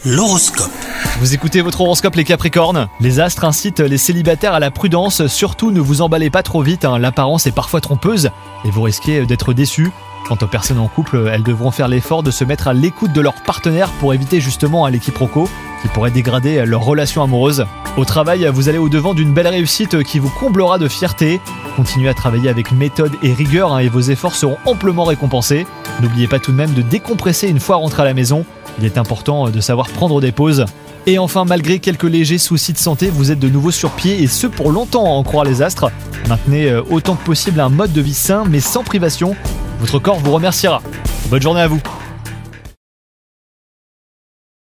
L'horoscope. Vous écoutez votre horoscope les Capricornes. Les astres incitent les célibataires à la prudence, surtout ne vous emballez pas trop vite, l'apparence est parfois trompeuse et vous risquez d'être déçus. Quant aux personnes en couple, elles devront faire l'effort de se mettre à l'écoute de leur partenaire pour éviter justement les quiproquos qui pourraient dégrader leur relation amoureuse. Au travail, vous allez au-devant d'une belle réussite qui vous comblera de fierté. Continuez à travailler avec méthode et rigueur et vos efforts seront amplement récompensés. N'oubliez pas tout de même de décompresser une fois rentré à la maison. Il est important de savoir prendre des pauses. Et enfin, malgré quelques légers soucis de santé, vous êtes de nouveau sur pied et ce pour longtemps à en croire les astres. Maintenez autant que possible un mode de vie sain mais sans privation. Votre corps vous remerciera. Bonne journée à vous.